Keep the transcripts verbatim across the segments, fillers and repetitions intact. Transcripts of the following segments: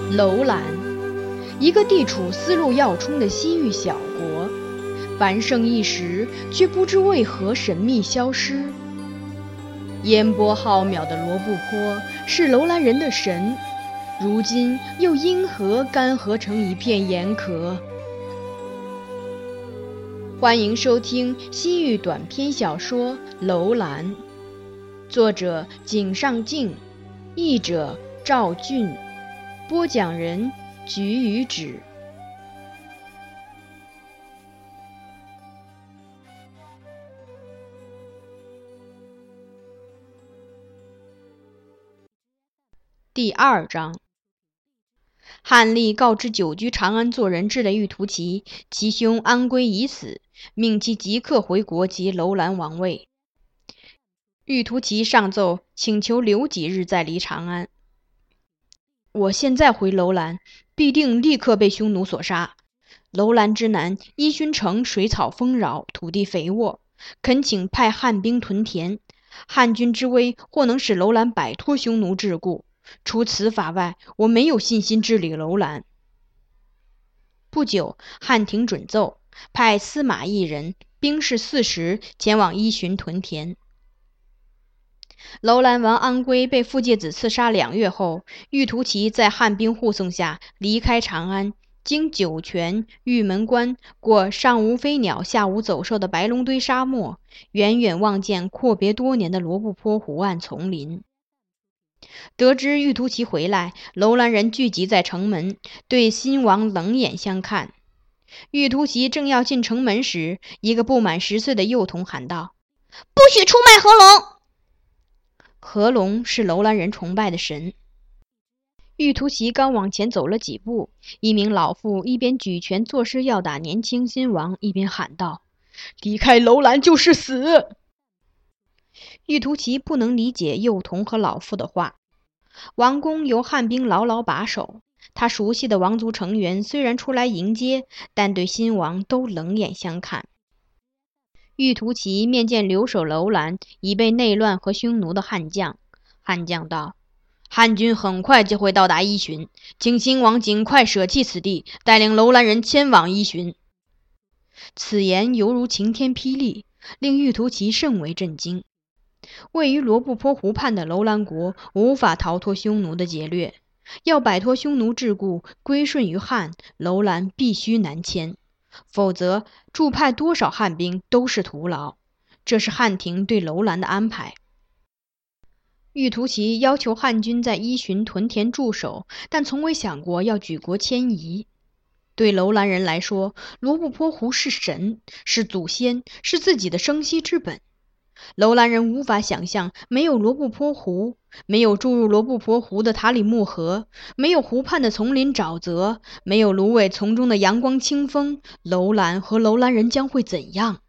楼兰，一个地处丝路要冲的西域小国，繁盛一时，却不知为何神秘消失。烟波浩渺的罗布泊是楼兰人的神，如今又因何干涸成一片盐壳？欢迎收听西域短篇小说《楼兰》，作者井上静，译者赵俊，播讲人菊与纸。第二章，汉历告知久居长安做人质的玉图奇，其兄安归已死，命其即刻回国即楼兰王位。玉图奇上奏请求留几日再离长安。我现在回楼兰，必定立刻被匈奴所杀。楼兰之南伊勋城水草丰饶，土地肥沃，恳请派汉兵屯田，汉军之威或能使楼兰摆脱匈奴桎梏。除此法外，我没有信心治理楼兰。不久，汉廷准奏，派司马一人，兵士四十，前往伊旬屯田。楼兰王安归被傅介子刺杀两月后，玉图奇在汉兵护送下离开长安，经酒泉、玉门关，过上无飞鸟下无走兽的白龙堆沙漠，远远望见阔别多年的罗布泊湖岸丛林。得知玉图奇回来，楼兰人聚集在城门，对新王冷眼相看。玉图奇正要进城门时，一个不满十岁的幼童喊道：“不许出卖何龙！”何龙是楼兰人崇拜的神。玉图奇刚往前走了几步，一名老妇一边举拳作势要打年轻新王，一边喊道：“离开楼兰就是死！”玉图奇不能理解幼童和老妇的话。王宫由汉兵牢牢把守，他熟悉的王族成员虽然出来迎接，但对新王都冷眼相看。玉图奇面见留守楼兰已被内乱和匈奴的悍将，悍将道：“汉军很快就会到达伊旬，请新王尽快舍弃此地，带领楼兰人前往伊旬。”此言犹如晴天霹雳，令玉图奇甚为震惊。位于罗布泊湖畔的楼兰国无法逃脱匈奴的劫掠，要摆脱匈奴桎梏，归顺于汉，楼兰必须南迁，否则驻派多少汉兵都是徒劳。这是汉廷对楼兰的安排。玉图奇要求汉军在伊旬屯田驻守，但从未想过要举国迁移。对楼兰人来说，罗布泊湖是神，是祖先，是自己的生息之本。楼兰人无法想象，没有罗布泊湖，没有注入罗布泊湖的塔里木河，没有湖畔的丛林沼泽，没有芦苇丛中的阳光清风，楼兰和楼兰人将会怎样？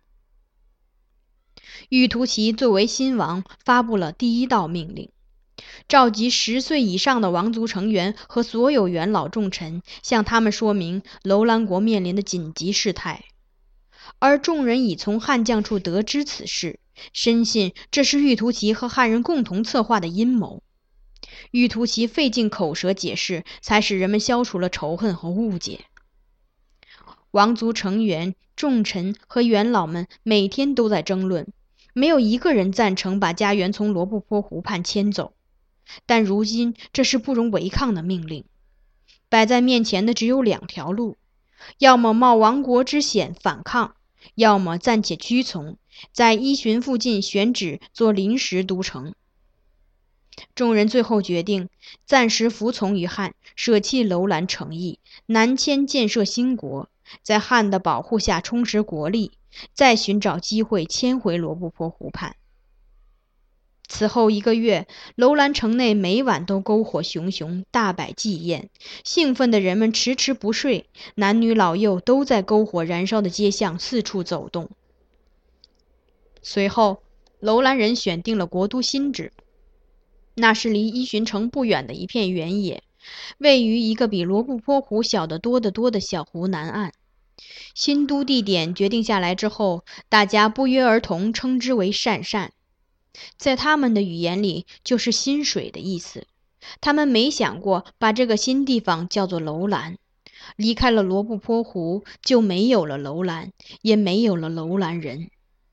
玉图奇作为新王，发布了第一道命令，召集十岁以上的王族成员和所有元老重臣，向他们说明楼兰国面临的紧急事态。而众人已从汉将处得知此事，深信这是玉图奇和汉人共同策划的阴谋。玉图奇费尽口舌解释，才使人们消除了仇恨和误解。王族成员、重臣和元老们每天都在争论，没有一个人赞成把家园从罗布泊湖畔迁走。但如今这是不容违抗的命令，摆在面前的只有两条路：要么冒亡国之险反抗，要么暂且屈从，在伊旬附近选址做临时都城。众人最后决定暂时服从于汉，舍弃楼兰诚意，南迁建设新国，在汉的保护下充实国力，再寻找机会迁回罗布泊湖畔。此后一个月，楼兰城内每晚都篝火熊熊，大摆祭宴，兴奋的人们迟迟不睡，男女老幼都在篝火燃烧的街巷四处走动。随后，楼兰人选定了国都新址，那是离伊旬城不远的一片原野，位于一个比罗布泊湖小得多得多的小湖南岸。新都地点决定下来之后，大家不约而同称之为鄯善，在他们的语言里就是薪水的意思。 他们没想过把这个新地方叫做楼兰。离开了罗布泊湖，就没有了楼兰，也没有了楼兰人。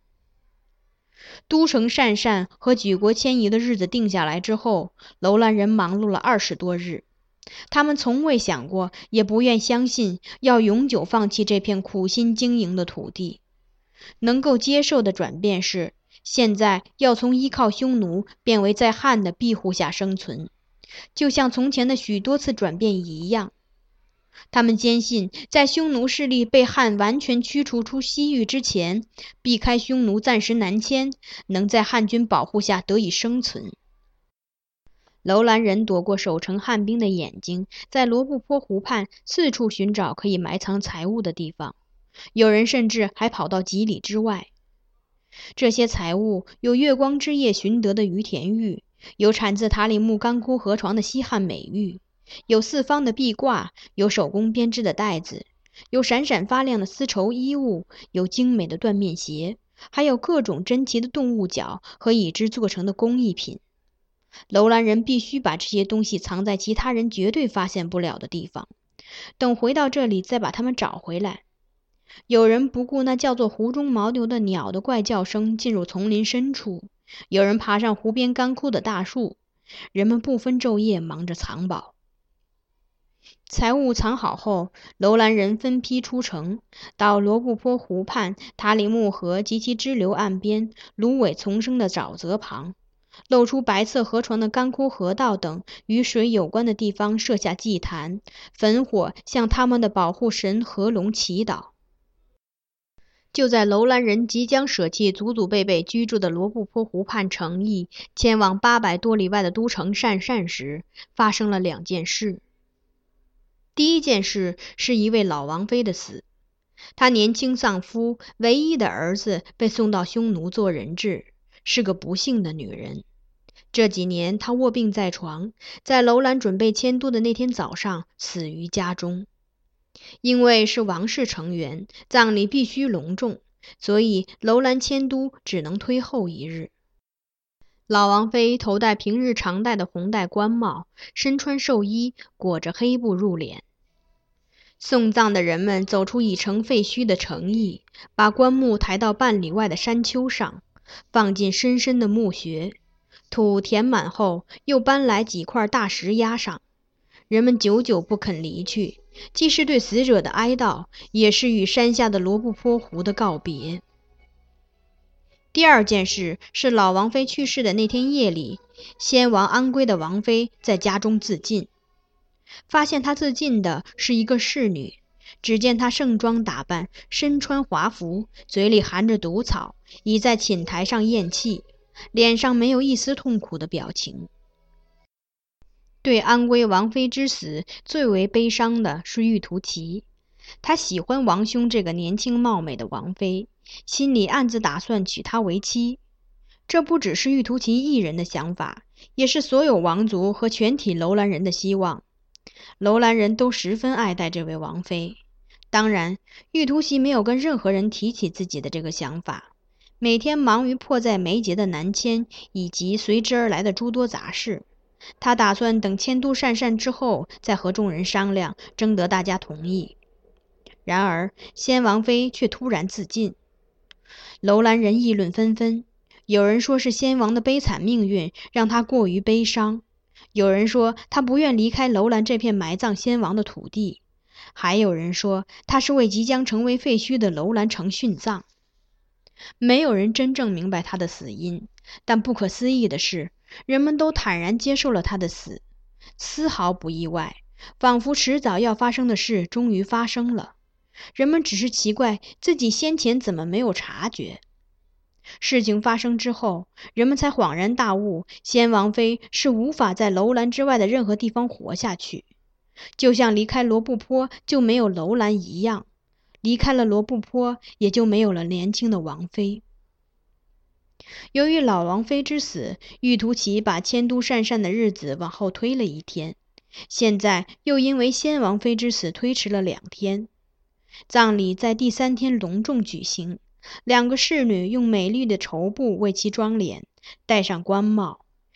都城鄯善和举国迁移的日子定下来之后，楼兰人忙碌了二十多日。他们从未想过，也不愿相信要永久放弃这片苦心经营的土地。能够接受的转变是，现在要从依靠匈奴变为在汉的庇护下生存，就像从前的许多次转变一样。他们坚信，在匈奴势力被汉完全驱除出西域之前，避开匈奴暂时南迁，能在汉军保护下得以生存。楼兰人躲过守城汉兵的眼睛，在罗布泊湖畔四处寻找可以埋藏财物的地方，有人甚至还跑到几里之外。这些财物有月光之夜寻得的于田玉，有产自塔里木干枯河床的西汉美玉，有四方的壁挂，有手工编织的带子，有闪闪发亮的丝绸衣物，有精美的缎面鞋，还有各种珍奇的动物角和以之做成的工艺品。楼兰人必须把这些东西藏在其他人绝对发现不了的地方，等回到这里再把它们找回来。有人不顾那叫做湖中牦牛的鸟的怪叫声，进入丛林深处，有人爬上湖边干枯的大树，人们不分昼夜忙着藏宝。财物藏好后，楼兰人分批出城，到罗布泊湖畔、塔里木河及其支流岸边、芦苇丛生的沼泽旁，露出白色河床的干枯河道等与水有关的地方设下祭坛，焚火向他们的保护神河龙祈祷。就在楼兰人即将舍弃祖祖辈辈居住的罗布泊湖畔城邑，前往八百多里外的都城鄯善时，发生了两件事。第一件事是一位老王妃的死，她年轻丧夫，唯一的儿子被送到匈奴做人质，是个不幸的女人。这几年她卧病在床，在楼兰准备迁都的那天早上死于家中。因为是王室成员，葬礼必须隆重，所以楼兰迁都只能推后一日。老王妃头戴平日常戴的红带官帽，身穿寿衣，裹着黑布入殓。送葬的人们走出已成废墟的城邑，把棺木抬到半里外的山丘上，放进深深的墓穴，土填满后又搬来几块大石压上。人们久久不肯离去，既是对死者的哀悼，也是与山下的罗布泊湖的告别。第二件事是老王妃去世的那天夜里，先王安归的王妃在家中自尽。发现她自尽的是一个侍女，只见她盛装打扮，身穿华服，嘴里含着毒草，倚在寝台上咽气，脸上没有一丝痛苦的表情。对安归王妃之死最为悲伤的是玉图奇，他喜欢王兄这个年轻貌美的王妃，心里暗自打算娶她为妻。这不只是玉图奇一人的想法，也是所有王族和全体楼兰人的希望。楼兰人都十分爱戴这位王妃。当然，玉图奇没有跟任何人提起自己的这个想法，每天忙于迫在眉睫的南迁以及随之而来的诸多杂事。他打算等迁都鄯善之后，再和众人商量，征得大家同意。然而，先王妃却突然自尽。楼兰人议论纷纷，有人说是先王的悲惨命运让他过于悲伤，有人说他不愿离开楼兰这片埋葬先王的土地，还有人说他是为即将成为废墟的楼兰城殉葬。没有人真正明白他的死因，但不可思议的是，人们都坦然接受了他的死，丝毫不意外，仿佛迟早要发生的事终于发生了。人们只是奇怪自己先前怎么没有察觉。事情发生之后，人们才恍然大悟，先王妃是无法在楼兰之外的任何地方活下去，就像离开罗布泊就没有楼兰一样，离开了罗布泊也就没有了年轻的王妃。由于老王妃之死，玉图奇把迁都鄯善的日子往后推了一天，现在又因为先王妃之死推迟了两天。葬礼在第三天隆重举行，两个侍女用美丽的绸布为其装殓，戴上冠帽，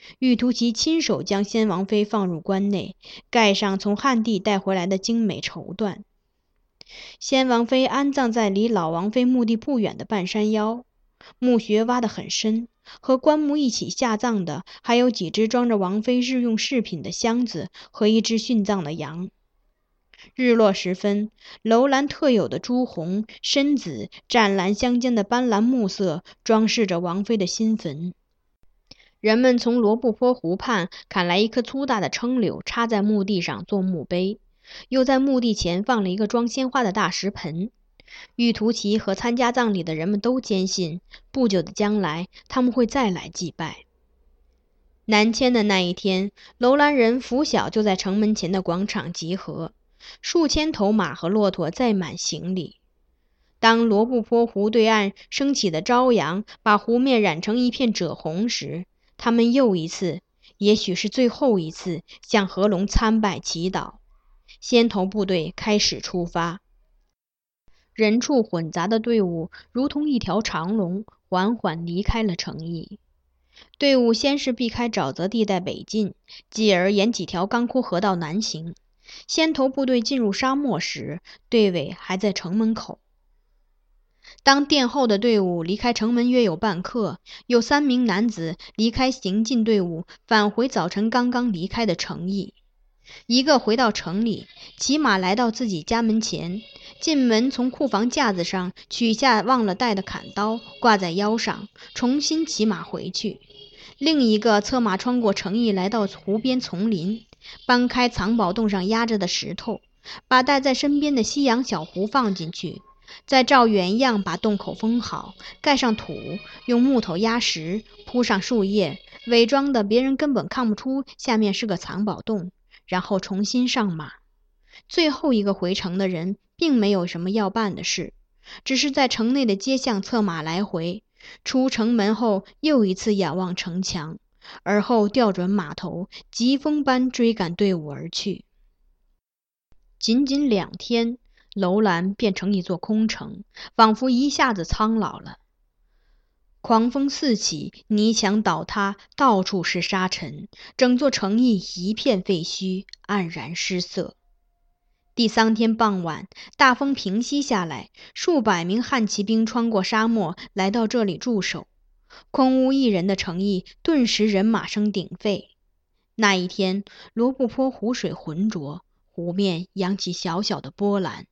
玉突骑亲手将先王妃放入棺内，盖上从汉地带回来的精美绸缎。先王妃安葬在离老王妃墓地不远的半山腰，墓穴挖得很深，和棺木一起下葬的还有几只装着王妃日用饰品的箱子和一只殉葬的羊。日落时分，楼兰特有的朱红、深紫、湛蓝相间的斑斓木色装饰着王妃的新坟。人们从罗布泊湖畔砍来一棵粗大的柽柳，插在墓地上做墓碑，又在墓地前放了一个装鲜花的大石盆。玉突骑和参加葬礼的人们都坚信，不久的将来他们会再来祭拜。南迁的那一天，楼兰人拂晓就在城门前的广场集合，数千头马和骆驼载满行李。当罗布泊湖对岸升起的朝阳把湖面染成一片赭红时，他们又一次，也许是最后一次，向河龙参拜祈祷。先头部队开始出发，人畜混杂的队伍如同一条长龙，缓缓离开了城邑。队伍先是避开沼泽地带北进，继而沿几条干枯河道南行。先头部队进入沙漠时，队尾还在城门口。当殿后的队伍离开城门约有半刻，有三名男子离开行进队伍，返回早晨刚刚离开的城邑。一个回到城里，骑马来到自己家门前，进门从库房架子上取下忘了带的砍刀，挂在腰上，重新骑马回去。另一个策马穿过城邑，来到湖边丛林，搬开藏宝洞上压着的石头，把带在身边的西洋小壶放进去，再照原样把洞口封好，盖上土，用木头压实，铺上树叶，伪装的别人根本看不出下面是个藏宝洞，然后重新上马。最后一个回城的人并没有什么要办的事，只是在城内的街巷策马来回，出城门后又一次仰望城墙，而后调转马头，疾风般追赶队伍而去。仅仅两天，楼兰变成一座空城，仿佛一下子苍老了。狂风四起，泥墙倒塌，到处是沙尘，整座城邑一片废墟，黯然失色。第三天傍晚，大风平息下来，数百名汉骑兵穿过沙漠来到这里驻守。空无一人的城邑顿时人马声鼎沸。那一天，罗布泊湖水浑浊，湖面扬起小小的波澜。